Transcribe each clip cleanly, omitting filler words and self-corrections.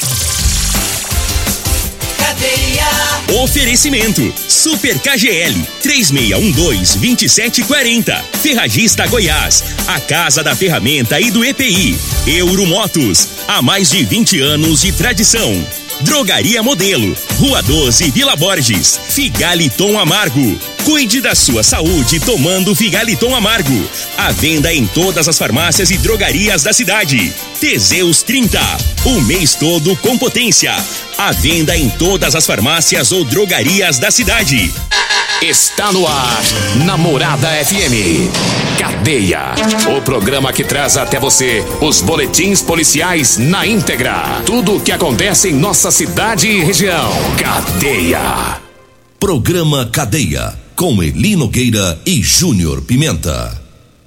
Oferecimento Super KGL 3612-2740. Ferragista Goiás, a casa da ferramenta e do EPI. Euromotos, há mais de 20 anos de tradição. Drogaria Modelo, Rua 12, Vila Borges. Figaliton Amargo. Cuide da sua saúde tomando Figaliton Amargo. À venda em todas as farmácias e drogarias da cidade. Teseus 30, o mês todo com potência. À venda em todas as farmácias ou drogarias da cidade. Está no ar, Namorada FM. Cadeia, o programa que traz até você os boletins policiais na íntegra. Tudo o que acontece em nossa cidade e região. Cadeia. Programa Cadeia, com Eli Nogueira e Júnior Pimenta.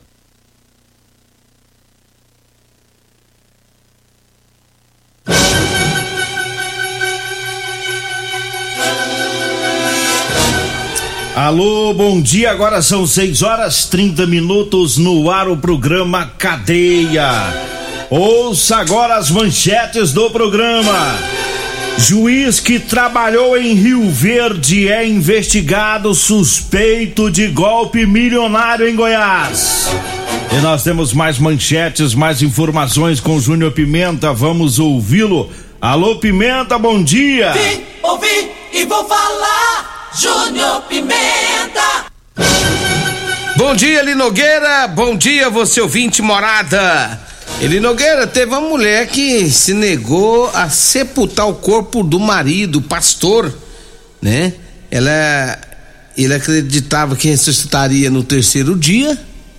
Alô, bom dia, agora são 6h30 no ar o programa Cadeia. Ouça agora as manchetes do programa. Juiz que trabalhou em Rio Verde é investigado suspeito de golpe milionário em Goiás. E nós temos mais manchetes, mais informações com o Júnior Pimenta, vamos ouvi-lo. Alô, Pimenta, bom dia. Vim, ouvi e vou falar. Júnior Pimenta. Bom dia, Eli Nogueira. Bom dia, você ouvinte Morada. Eli Nogueira, teve uma mulher que se negou a sepultar o corpo do marido, pastor, né? Ele acreditava que ressuscitaria no terceiro dia.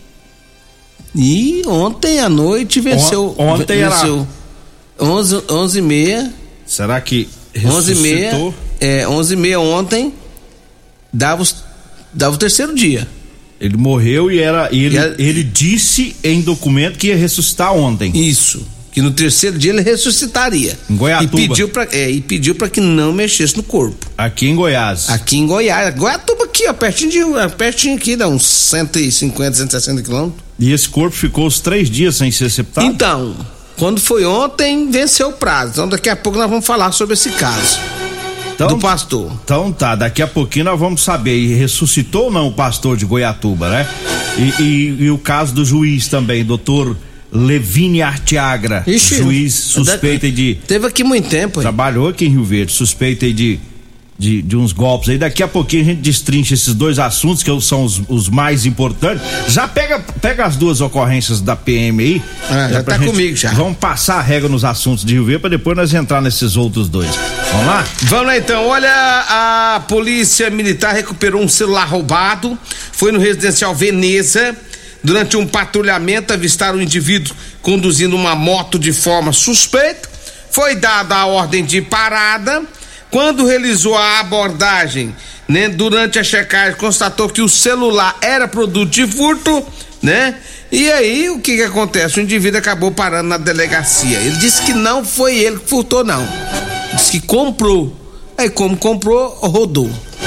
E ontem à noite venceu. Ontem venceu. Era 11h30. Será que ressuscitou? 11h30 ontem. Dava o terceiro dia. Ele morreu ele disse em documento que ia ressuscitar ontem. Isso, que no terceiro dia ele ressuscitaria. Em Goiatuba. E pediu pra que não mexesse no corpo. Aqui em Goiás. Aqui em Goiás. Goiatuba aqui, ó, pertinho aqui, dá uns 150, 160 quilômetros. E esse corpo ficou os 3 dias sem ser sepultado? Então, quando foi ontem, venceu o prazo. Então daqui a pouco nós vamos falar sobre esse caso. Do pastor. Então tá, daqui a pouquinho nós vamos saber, e ressuscitou ou não o pastor de Goiatuba, né? E o caso do juiz também, doutor Levine Arteagra. Ixi, juiz suspeito de... Teve aqui muito tempo. Trabalhou aqui em Rio Verde, suspeito aí de uns golpes aí. Daqui a pouquinho a gente destrincha esses dois assuntos que são os mais importantes. Já pega as duas ocorrências da PM aí. Já tá comigo já. Vamos passar a regra nos assuntos de Rio Verde pra depois nós entrar nesses outros dois. Vamos lá? Vamos lá então. Olha, a polícia militar recuperou um celular roubado. Foi no residencial Veneza. Durante um patrulhamento avistaram um indivíduo conduzindo uma moto de forma suspeita. Foi dada a ordem de parada. Quando realizou a abordagem, né, durante a checagem, constatou que o celular era produto de furto, né? E aí, o que acontece? O indivíduo acabou parando na delegacia. Ele disse que não foi ele que furtou, não. Disse que comprou. Aí, como comprou, rodou.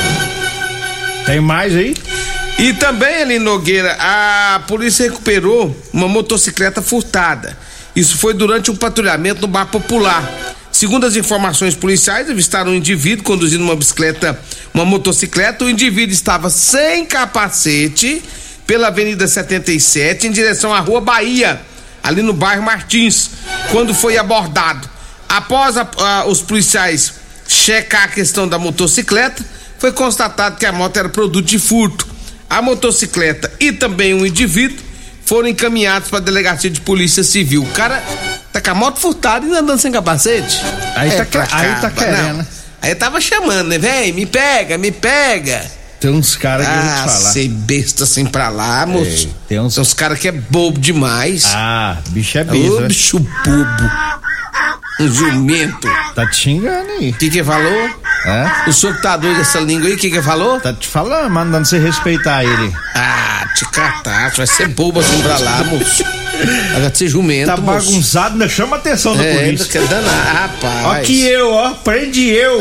Tem mais aí? E também, ali Nogueira, a polícia recuperou uma motocicleta furtada. Isso foi durante um patrulhamento no Bar Popular. Segundo as informações policiais, avistaram um indivíduo conduzindo uma motocicleta. O indivíduo estava sem capacete pela Avenida 77 em direção à Rua Bahia, ali no bairro Martins, quando foi abordado. Após os policiais checar a questão da motocicleta, foi constatado que a moto era produto de furto. A motocicleta e também um indivíduo foram encaminhados para a delegacia de polícia civil. O cara tá com a moto furtada e andando sem capacete. Aí tá querendo. Não. Aí tava chamando, né? Vem, me pega. Tem uns caras que eu vou te falar. Ser besta assim pra lá, moço. Tem uns caras que é bobo demais. Bicho é bicho. Ô, bicho bobo. Um jumento. Tá te xingando aí. O que falou? É? O senhor que tá doido dessa língua aí, o que falou? Tá te falando, mandando você respeitar ele. Te catar, vai ser bobo assim pra lá, moço. Vai ser jumento, tá moço. Bagunçado, né? Chama a atenção da polícia. Quer danar, rapaz. Ó que prende eu.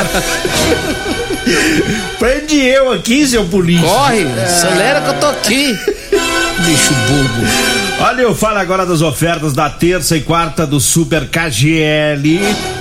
Prende eu aqui, seu polícia. Corre, acelera que eu tô aqui. Bicho bobo. Olha, eu falo agora das ofertas da terça e quarta do Super KGL.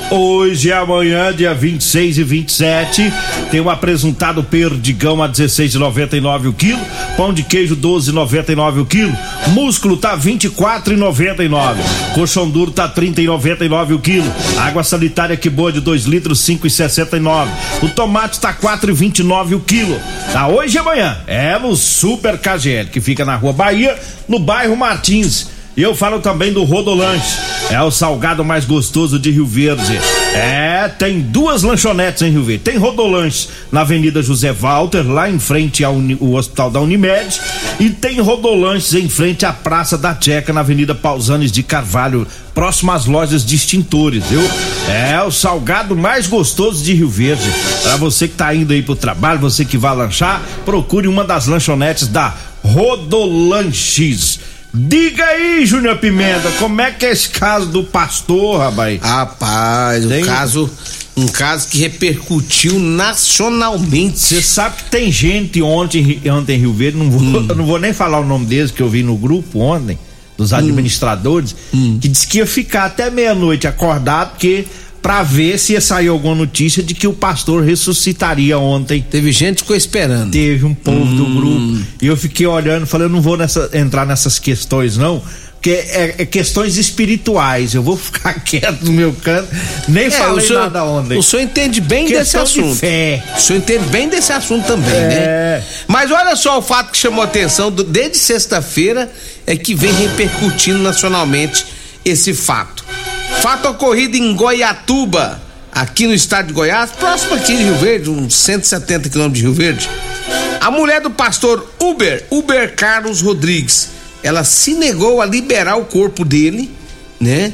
Hoje e amanhã, dia 26 e 27, tem um apresentado perdigão a 16,99 o quilo, pão de queijo 12,99 o quilo, músculo tá 24,99, colchão duro tá 30,99 o quilo, água sanitária que boa de 2 litros 5,69, o tomate tá 4,29 o quilo. Tá hoje e amanhã, no Super KGL, que fica na Rua Bahia, no bairro Martins. E eu falo também do Rodolanche, o salgado mais gostoso de Rio Verde. Tem 2 lanchonetes em Rio Verde. Tem Rodolanche na Avenida José Walter, lá em frente ao Hospital da Unimed, e tem Rodolanches em frente à Praça da Checa, na Avenida Pausanes de Carvalho, próximo às lojas de extintores, viu? O salgado mais gostoso de Rio Verde. Para você que tá indo aí pro trabalho, você que vai lanchar, procure uma das lanchonetes da Rodolanches. Diga aí, Júnior Pimenta, como é que é esse caso do pastor, rapaz? Rapaz, um caso que repercutiu nacionalmente. Você sabe que tem gente ontem em Rio Verde, eu não vou nem falar o nome deles, que eu vi no grupo ontem, dos administradores, que disse que ia ficar até meia-noite acordado, pra ver se ia sair alguma notícia de que o pastor ressuscitaria ontem. Teve gente que ficou esperando. Teve um povo do grupo. E eu fiquei olhando, falei, eu não vou entrar nessas questões não, porque é questões espirituais. Eu vou ficar quieto no meu canto, nem falei nada ontem. O senhor entende bem desse assunto. De fé. O senhor entende bem desse assunto também, né? Mas olha só o fato que chamou atenção desde sexta-feira, é que vem repercutindo nacionalmente esse fato. Fato ocorrido em Goiatuba, aqui no estado de Goiás, próximo aqui de Rio Verde, uns 170 quilômetros de Rio Verde. A mulher do pastor Uber Carlos Rodrigues, ela se negou a liberar o corpo dele, né?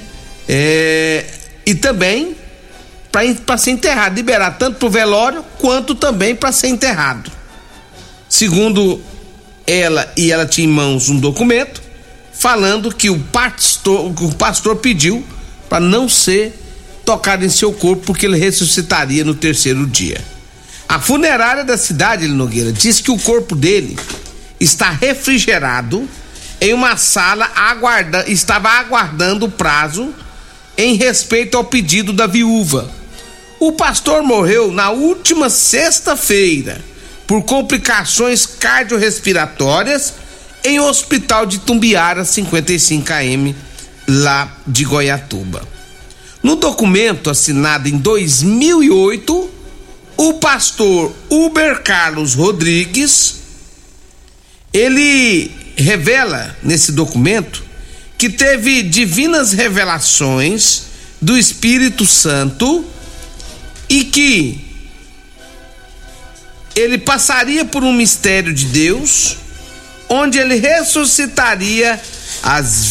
E também para ser enterrado, liberar tanto pro velório quanto também para ser enterrado. Segundo ela tinha em mãos um documento falando que o pastor pediu para não ser tocado em seu corpo, porque ele ressuscitaria no 3º dia. A funerária da cidade, Nogueira, diz que o corpo dele está refrigerado em uma sala, estava aguardando o prazo em respeito ao pedido da viúva. O pastor morreu na última sexta-feira por complicações cardiorrespiratórias em um hospital de Tumbiara, 55 km lá de Goiatuba. No documento assinado em 2008, o pastor Uber Carlos Rodrigues, ele revela nesse documento que teve divinas revelações do Espírito Santo e que ele passaria por um mistério de Deus, onde ele ressuscitaria às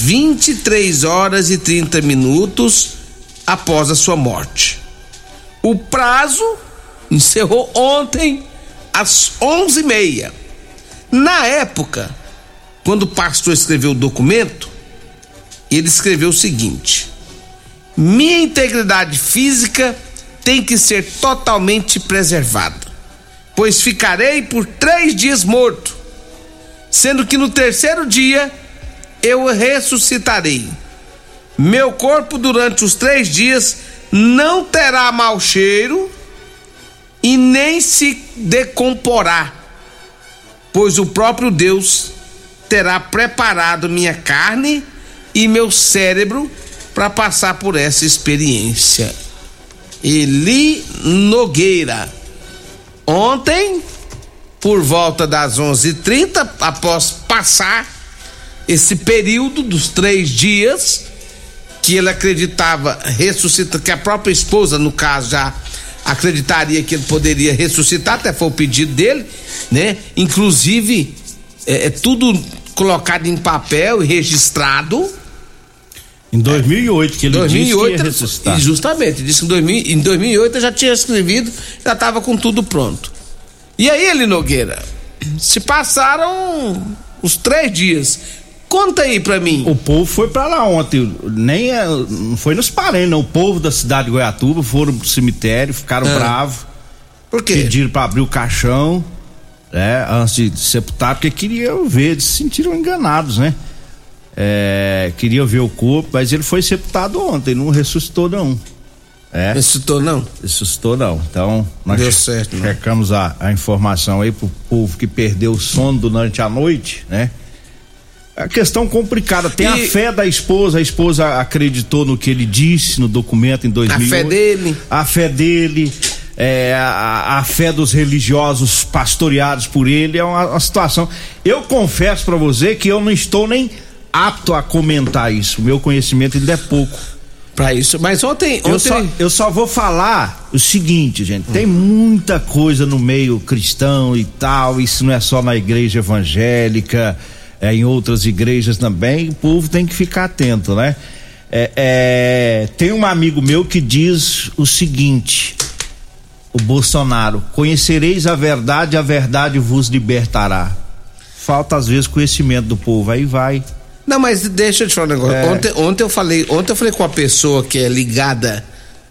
23h30 após a sua morte. O prazo encerrou ontem às 11h30. Na época, quando o pastor escreveu o documento, ele escreveu o seguinte: minha integridade física tem que ser totalmente preservada, pois ficarei por 3 dias morto, sendo que no 3º dia eu ressuscitarei. Meu corpo durante os 3 dias não terá mau cheiro e nem se decomporá, pois o próprio Deus terá preparado minha carne e meu cérebro para passar por essa experiência. Eli Nogueira. Ontem, por volta das 11h30, após passar esse período dos 3 dias, que ele acreditava ressuscitar, que a própria esposa, no caso, já acreditaria que ele poderia ressuscitar, até foi o pedido dele, né? Inclusive, tudo colocado em papel e registrado. Em 2008 que ele disse que ia ressuscitar. Justamente, disse que em 2008 eu já tinha escrevido, já estava com tudo pronto. E aí, Eli Nogueira, se passaram os 3 dias. Conta aí pra mim. O povo foi pra lá ontem, não foi nos parentes, não. O povo da cidade de Goiatuba foram pro cemitério, ficaram bravos. Por quê? Pediram pra abrir o caixão, antes de sepultar, porque queriam ver, eles se sentiram enganados, né? Queriam ver o corpo, mas ele foi sepultado ontem, não ressuscitou não. É. Ressuscitou não? Ressuscitou não. Então, nós deu certo, checamos a informação aí pro povo que perdeu o sono durante a noite, né? A questão complicada, tem a fé da esposa, a esposa acreditou no que ele disse no documento em 2008. A fé dele, a fé dos religiosos pastoreados por ele, é uma situação. Eu confesso pra você que eu não estou nem apto a comentar isso, o meu conhecimento ainda é pouco pra isso, mas ontem... Eu só vou falar o seguinte, gente, tem muita coisa no meio cristão e tal, isso não é só na igreja evangélica, em outras igrejas também, o povo tem que ficar atento, né? Tem um amigo meu que diz o seguinte, o Bolsonaro: conhecereis a verdade vos libertará. Falta às vezes conhecimento do povo, aí vai. Não, mas deixa eu te falar um negócio. Ontem eu falei com a pessoa que é ligada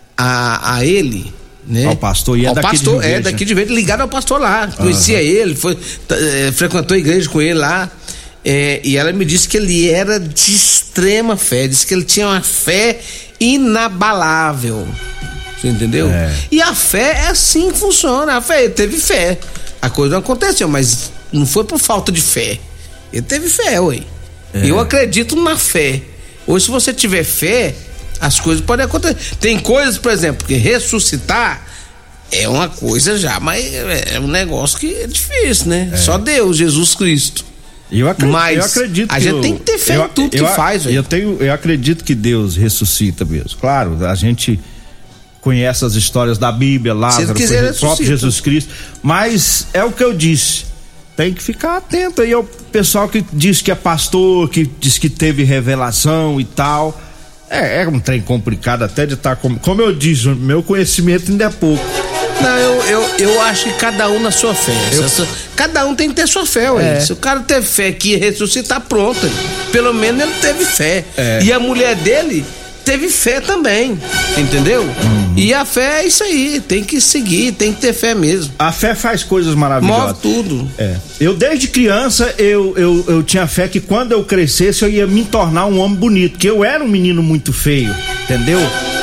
a ele, né? Ao pastor, e daqui de Verde, ligado ao pastor lá. Conhecia ele, frequentou a igreja com ele lá. E ela me disse que ele era de extrema fé, disse que ele tinha uma fé inabalável. Você entendeu? E a fé é assim que funciona. A fé, ele teve fé. A coisa não aconteceu, mas não foi por falta de fé. Ele teve fé, ué. Eu acredito na fé. Hoje, se você tiver fé, as coisas podem acontecer. Tem coisas, por exemplo, que ressuscitar é uma coisa já, mas é um negócio que é difícil, né? Só Deus, Jesus Cristo. Eu acredito a gente tem que ter fé em tudo que faz, velho. Eu acredito que Deus ressuscita mesmo. Claro, a gente conhece as histórias da Bíblia, Lázaro, o próprio Jesus Cristo, mas é o que eu disse. Tem que ficar atento aí ao pessoal que diz que é pastor, que diz que teve revelação e tal. É um trem complicado até de estar como eu disse, meu conhecimento ainda é pouco. Não, eu acho que cada um na sua fé. Cada um tem que ter sua fé, ué. Se o cara teve fé que ia ressuscitar, pronto. Pelo menos ele teve fé. E a mulher dele teve fé também, entendeu? E a fé é isso aí, tem que seguir, tem que ter fé mesmo. A fé faz coisas maravilhosas. Move tudo. Eu desde criança, eu tinha fé que quando eu crescesse eu ia me tornar um homem bonito, porque eu era um menino muito feio, entendeu?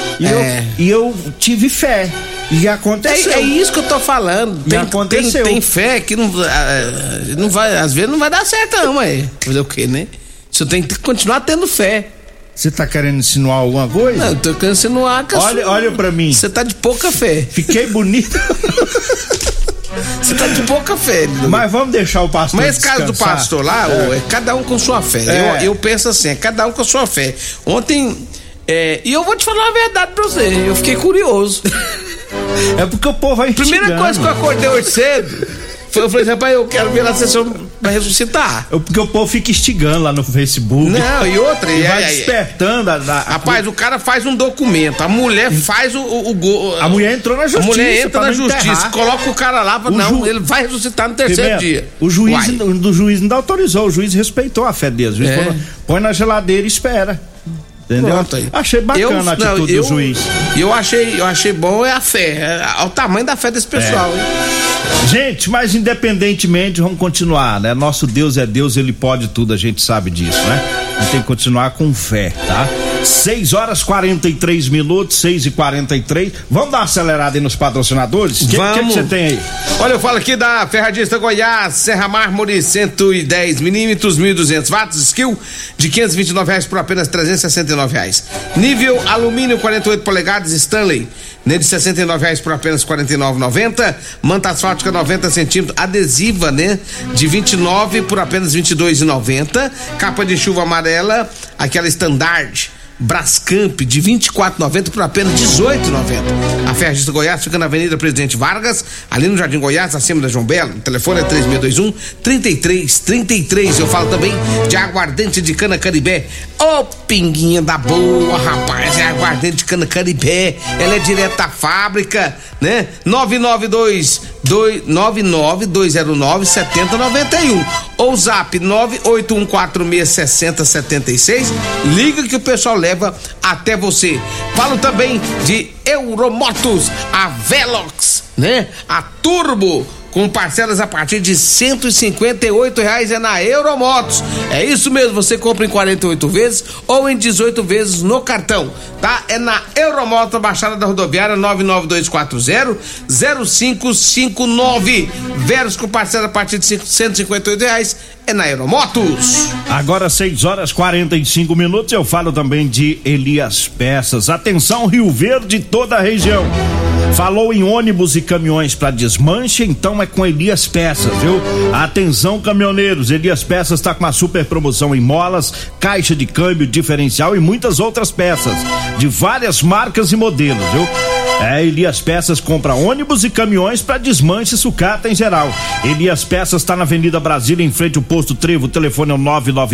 E eu tive fé. E aconteceu. É isso que eu tô falando. Tem fé que não vai, às vezes não vai dar certo não, fazer o quê, né? Você tem que continuar tendo fé. Você tá querendo insinuar alguma coisa? Não, eu tô querendo insinuar que olha pra mim. Você tá de pouca fé. Fiquei bonito. Você tá de pouca fé. Mas vamos deixar o pastor Mas esse caso do pastor lá, é cada um com sua fé. Eu penso assim, é cada um com sua fé. Ontem, e eu vou te falar a verdade pra você, eu fiquei curioso. É porque o povo vai Primeira coisa que eu acordei hoje cedo, eu falei, rapaz, eu quero ver lá se você vai ressuscitar. Porque o povo fica instigando lá no Facebook. Não, e outra. E vai despertando rapaz, o cara faz um documento, a mulher faz a mulher entrou na justiça. A mulher entra na justiça, coloca o cara lá, ele vai ressuscitar no terceiro dia. O juiz não autorizou, o juiz respeitou a fé dele. O juiz falou, põe na geladeira e espera. Entendeu? Achei bacana a atitude do juiz. Eu achei bom a fé, o tamanho da fé desse pessoal. Gente, mas independentemente, vamos continuar, né? Nosso Deus é Deus, Ele pode tudo, a gente sabe disso, né? A gente tem que continuar com fé, tá? 6:43, 6:43. Vamos dar uma acelerada aí nos patrocinadores? O que você tem aí? Olha, eu falo aqui da Ferradista Goiás, Serra Mármore 110 milímetros, 1.200 watts, skill de R$529 por apenas R$369. Nível alumínio 48 polegadas Stanley, de R$69 por apenas R$49,90. Manta asfáltica 90 centímetros, adesiva, né? De 29 por apenas R$22,90. Capa de chuva amarela, aquela standard Brascamp de R$24,90 por apenas R$18,90. A Ferragista Goiás fica na Avenida Presidente Vargas, ali no Jardim Goiás, acima da João Belo. O telefone é 3621-3333. Eu falo também de aguardente de cana Caribé. Ô, pinguinha da boa, rapaz, é aguardente de cana Caribé. Ela é direto da fábrica, né? 99209-7091 ou zap 981466076. Liga que o pessoal leva até você. Falo também de Euromotos, a Velox, né? A Turbo com parcelas a partir de R$158 é na Euromotos. É isso mesmo, você compra em 48 vezes ou em 18 vezes no cartão, tá? É na Euromotos, Baixada da Rodoviária, 99240-0559. Veros com parcela a partir de R$158 é na Euromotos. Agora 6h45, eu falo também de Elias Peças. Atenção, Rio Verde e toda a região. Falou em ônibus e caminhões para desmanche, então é com Elias Peças, viu? Atenção, caminhoneiros, Elias Peças está com uma super promoção em molas, caixa de câmbio, diferencial e muitas outras peças de várias marcas e modelos, viu? Elias Peças compra ônibus e caminhões para desmanche e sucata em geral. Elias Peças está na Avenida Brasília, em frente ao Posto Trevo. O telefone é o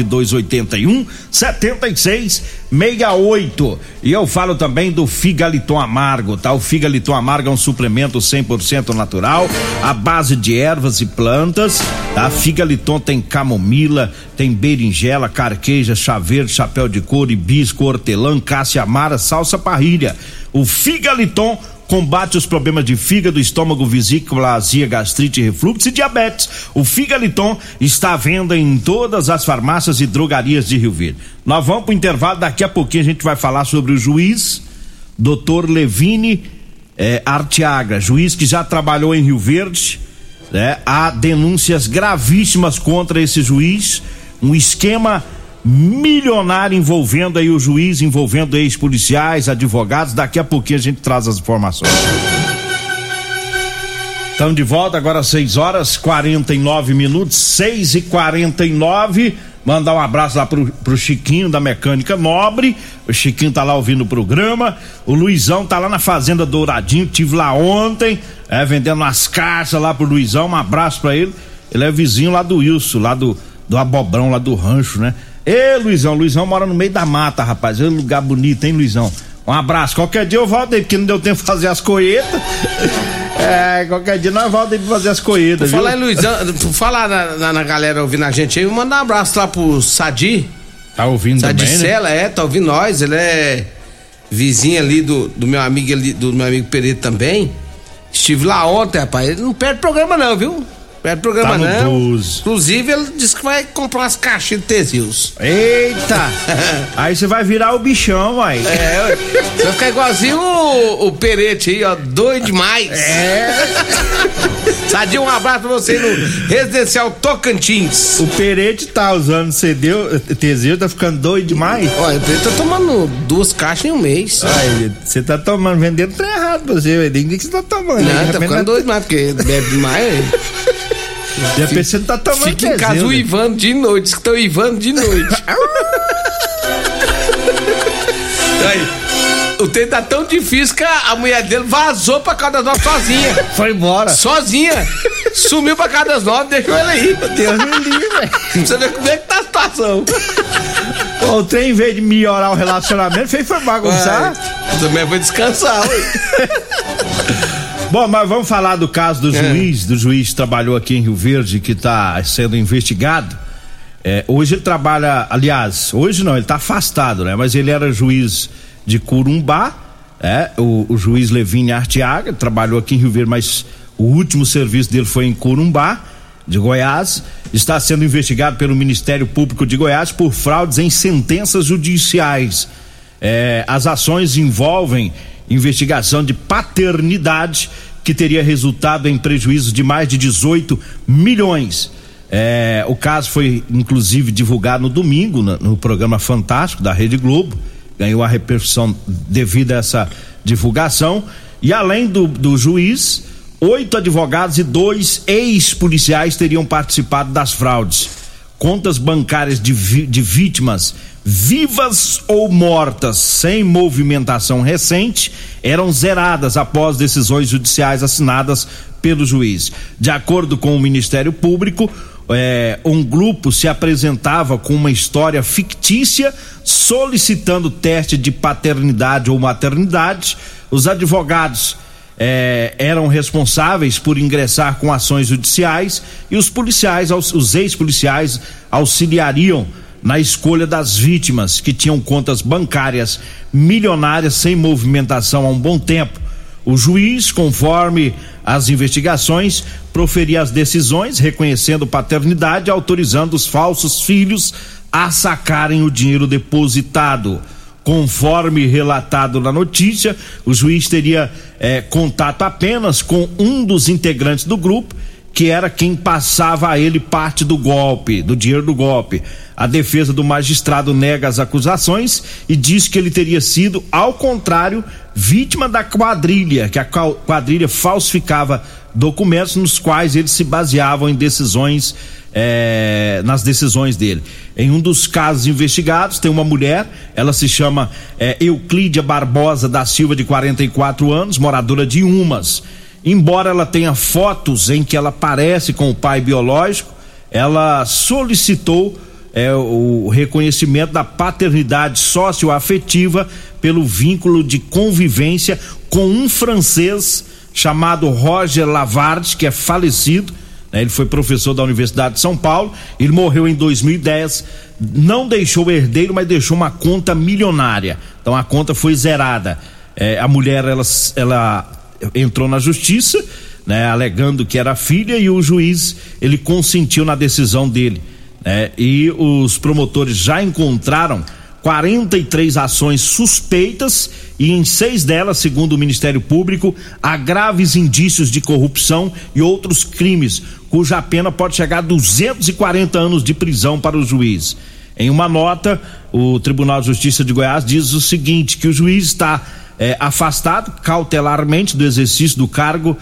99281-7668. E eu falo também do Figaliton Amargo, tá? O Figaliton Amargo é um suplemento 100% natural, à base de ervas e plantas, tá? Figaliton tem camomila, tem berinjela, carqueja, chá verde, chapéu de couro, hibisco, hortelã, cássia amara, salsa parrilha. O Figaliton combate os problemas de fígado, estômago, vesícula, azia, gastrite, refluxo e diabetes. O Figaliton está à venda em todas as farmácias e drogarias de Rio Verde. Nós vamos pro intervalo, daqui a pouquinho a gente vai falar sobre o juiz Dr. Levine Arteaga, juiz que já trabalhou em Rio Verde, né? Há denúncias gravíssimas contra esse juiz, um esquema milionário envolvendo aí o juiz, envolvendo ex-policiais, advogados. Daqui a pouquinho a gente traz as informações. Estamos de volta agora às 6h49, 6h49. Mandar um abraço lá pro Chiquinho da Mecânica Nobre. O Chiquinho tá lá ouvindo o programa. O Luizão tá lá na Fazenda Douradinho, tive lá ontem, vendendo umas caixas lá pro Luizão. Um abraço pra ele. Ele é vizinho lá do Wilson, lá do Abobrão, lá do rancho, né? Luizão mora no meio da mata, rapaz. É um lugar bonito, hein, Luizão? Um abraço. Qualquer dia eu volto aí, porque não deu tempo de fazer as colheitas. Qualquer dia nós voltamos aí pra fazer as colheitas. Por falar em Luizão, por falar na galera ouvindo a gente aí, manda um abraço lá pro Sadi. Tá ouvindo Sadi também, Sela, né? tá ouvindo nós. Ele é vizinho ali do meu amigo Pereira também. Estive lá ontem, rapaz. Ele não perde programa não, viu? Perde programa tá não. 12. Inclusive, ele disse que vai comprar umas caixinhas de Teseus. Eita! Aí você vai virar o bichão, vai. Você vai ficar igualzinho o Perete aí, ó, doido demais. Sadinho, um abraço pra você no Residencial Tocantins. O Perete tá usando Teseus, tá ficando doido demais. Olha, o Perete tá tomando 2 caixas em um mês. Você tá tomando, vendendo trem errado pra você, nem que você tá tomando. Não, tá ficando doido demais, porque bebe demais. Já pensei que você não tá tomando. Fica em casa uivando de noite, diz que estão uivando de noite. Aí, o trem tá tão difícil que a mulher dele vazou pra casa das 9 sozinha. Foi embora. Sozinha. Sumiu pra casa das 9, deixou ele aí. Deus me livre, velho. Pra você ver como é que tá a situação. O trem, em vez de melhorar o relacionamento, foi bagunçar. Também foi descansar, ué. Bom, mas vamos falar do caso do juiz que trabalhou aqui em Rio Verde, que está sendo investigado. Hoje ele trabalha, aliás, hoje não, ele está afastado, né? Mas ele era juiz de Corumbá, o juiz Levine Arteaga, trabalhou aqui em Rio Verde, mas o último serviço dele foi em Corumbá, de Goiás. Está sendo investigado pelo Ministério Público de Goiás por fraudes em sentenças judiciais. As ações envolvem investigação de paternidade que teria resultado em prejuízos de mais de 18 milhões. O caso foi inclusive divulgado no domingo no programa Fantástico da Rede Globo, ganhou a repercussão devido a essa divulgação. E além do juiz, 8 advogados e 2 ex-policiais teriam participado das fraudes. Contas bancárias de vítimas vivas ou mortas sem movimentação recente eram zeradas após decisões judiciais assinadas pelo juiz. De acordo com o Ministério Público, um grupo se apresentava com uma história fictícia solicitando teste de paternidade ou maternidade. Os advogados eram responsáveis por ingressar com ações judiciais e os ex-policiais auxiliariam na escolha das vítimas que tinham contas bancárias milionárias sem movimentação há um bom tempo. O juiz, conforme as investigações, proferia as decisões reconhecendo paternidade e autorizando os falsos filhos a sacarem o dinheiro depositado. Conforme relatado na notícia, o juiz teria contato apenas com um dos integrantes do grupo, que era quem passava a ele parte do golpe, do dinheiro do golpe. A defesa do magistrado nega as acusações e diz que ele teria sido, ao contrário, vítima da quadrilha, que a quadrilha falsificava documentos nos quais eles se baseavam em decisões, nas decisões dele. Em um dos casos investigados tem uma mulher, ela se chama Euclídia Barbosa da Silva, de 44 anos, moradora de Umas. Embora ela tenha fotos em que ela aparece com o pai biológico, ela solicitou o reconhecimento da paternidade socioafetiva pelo vínculo de convivência com um francês chamado Roger Lavarde, que é falecido, né? Ele foi professor da Universidade de São Paulo, ele morreu em 2010, não deixou herdeiro, mas deixou uma conta milionária, então a conta foi zerada. A mulher, ela entrou na justiça, né, alegando que era filha, e o juiz, ele consentiu na decisão dele, né? E os promotores já encontraram 43 ações suspeitas e em 6 delas, segundo o Ministério Público, há graves indícios de corrupção e outros crimes, cuja pena pode chegar a 240 anos de prisão para o juiz. Em uma nota, o Tribunal de Justiça de Goiás diz o seguinte, que o juiz está afastado cautelarmente do exercício do cargo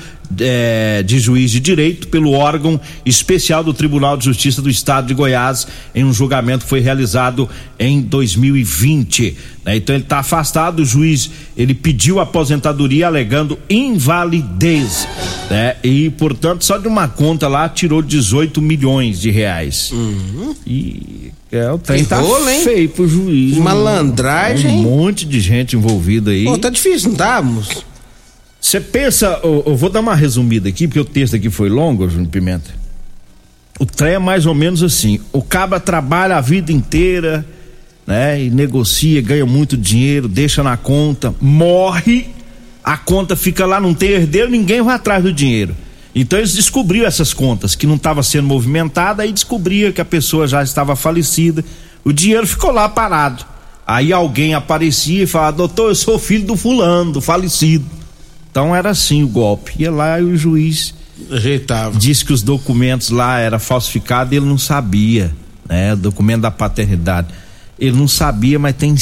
de juiz de direito pelo órgão especial do Tribunal de Justiça do Estado de Goiás, em um julgamento que foi realizado em 2020, né? Então ele está afastado. O juiz, ele pediu aposentadoria alegando invalidez, né? E portanto só de uma conta lá tirou 18 milhões de reais. E o trem tá feio pro juiz. Malandragem. Um monte de gente envolvida aí. Pô, tá difícil, não tá, moço? Você pensa, eu vou dar uma resumida aqui, porque o texto aqui foi longo, Júnior Pimenta. O trem é mais ou menos assim: o cabra trabalha a vida inteira, né? E negocia, ganha muito dinheiro, deixa na conta, morre, a conta fica lá, não tem herdeiro, ninguém vai atrás do dinheiro. Então eles descobriram essas contas que não estava sendo movimentada, aí descobria que a pessoa já estava falecida, o dinheiro ficou lá parado. Aí alguém aparecia e falava: doutor, eu sou filho do fulano, do falecido. Então era assim o golpe. Ia lá e o juiz ajeitava. Disse que os documentos lá eram falsificados, ele não sabia, né? O documento da paternidade. Ele não sabia, mas tem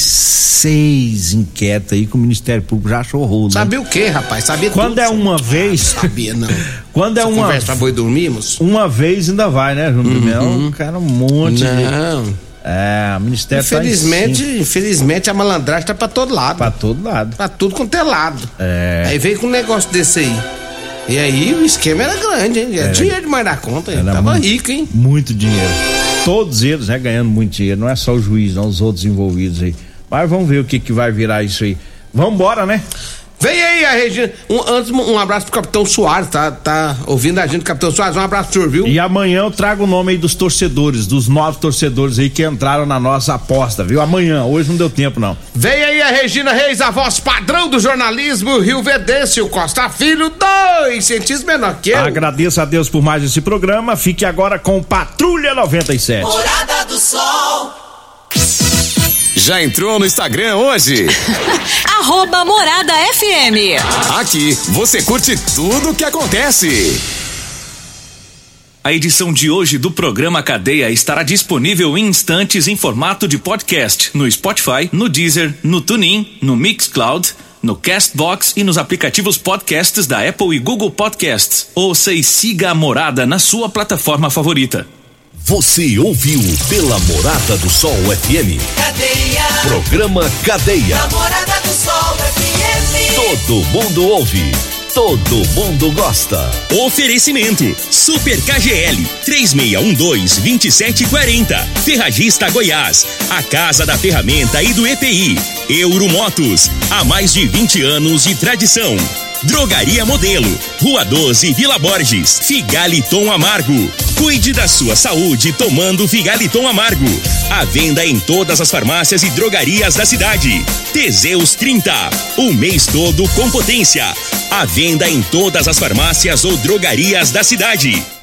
6 inquéritos aí que o Ministério Público já achou rolo. Sabia o quê, rapaz? Sabia quando tudo. É uma vez. Sabia, não. Quando é uma. Conversa boi dormimos? Uma vez ainda vai, né, Júnior Mel? Cara, um monte não. de. O Ministério Infelizmente a malandragem tá pra todo lado. Pra todo lado. Pra tudo quanto é lado. Aí veio com um negócio desse aí. E aí o esquema era grande, hein? Dinheiro demais da conta, hein? Tava muito, rico, hein? Muito dinheiro. Todos eles, né, ganhando muito dinheiro. Não é só o juiz, não, os outros envolvidos aí. Mas vamos ver o que vai virar isso aí. Vambora, né? Vem aí a Regina. Antes, um abraço pro Capitão Soares, tá ouvindo a gente, Capitão Soares, um abraço pro senhor, viu? E amanhã eu trago o nome aí dos torcedores, dos 9 torcedores aí que entraram na nossa aposta, viu? Amanhã, hoje não deu tempo não. Vem aí a Regina Reis, a voz padrão do jornalismo rioverdense, o Costa Filho, 2 centímetros menor que eu. Agradeço a Deus por mais esse programa, fique agora com Patrulha 97. Morada do Sol. Já entrou no Instagram hoje? @Morada FM. Aqui você curte tudo o que acontece. A edição de hoje do programa Cadeia estará disponível em instantes em formato de podcast no Spotify, no Deezer, no TuneIn, no Mixcloud, no Castbox e nos aplicativos podcasts da Apple e Google Podcasts. Ouça e siga a Morada na sua plataforma favorita. Você ouviu pela Morada do Sol FM. Cadeia. Programa Cadeia. Morada do Sol FM. Todo mundo ouve. Todo mundo gosta. Oferecimento Super KGL 3612-2740. Ferragista Goiás, a casa da ferramenta e do EPI. Euromotos, há mais de 20 anos de tradição. Drogaria Modelo, Rua 12, Vila Borges. Figaliton Amargo. Cuide da sua saúde tomando Figaliton Amargo. À venda em todas as farmácias e drogarias da cidade. Teseus 30, o mês todo com potência. À venda em todas as farmácias ou drogarias da cidade.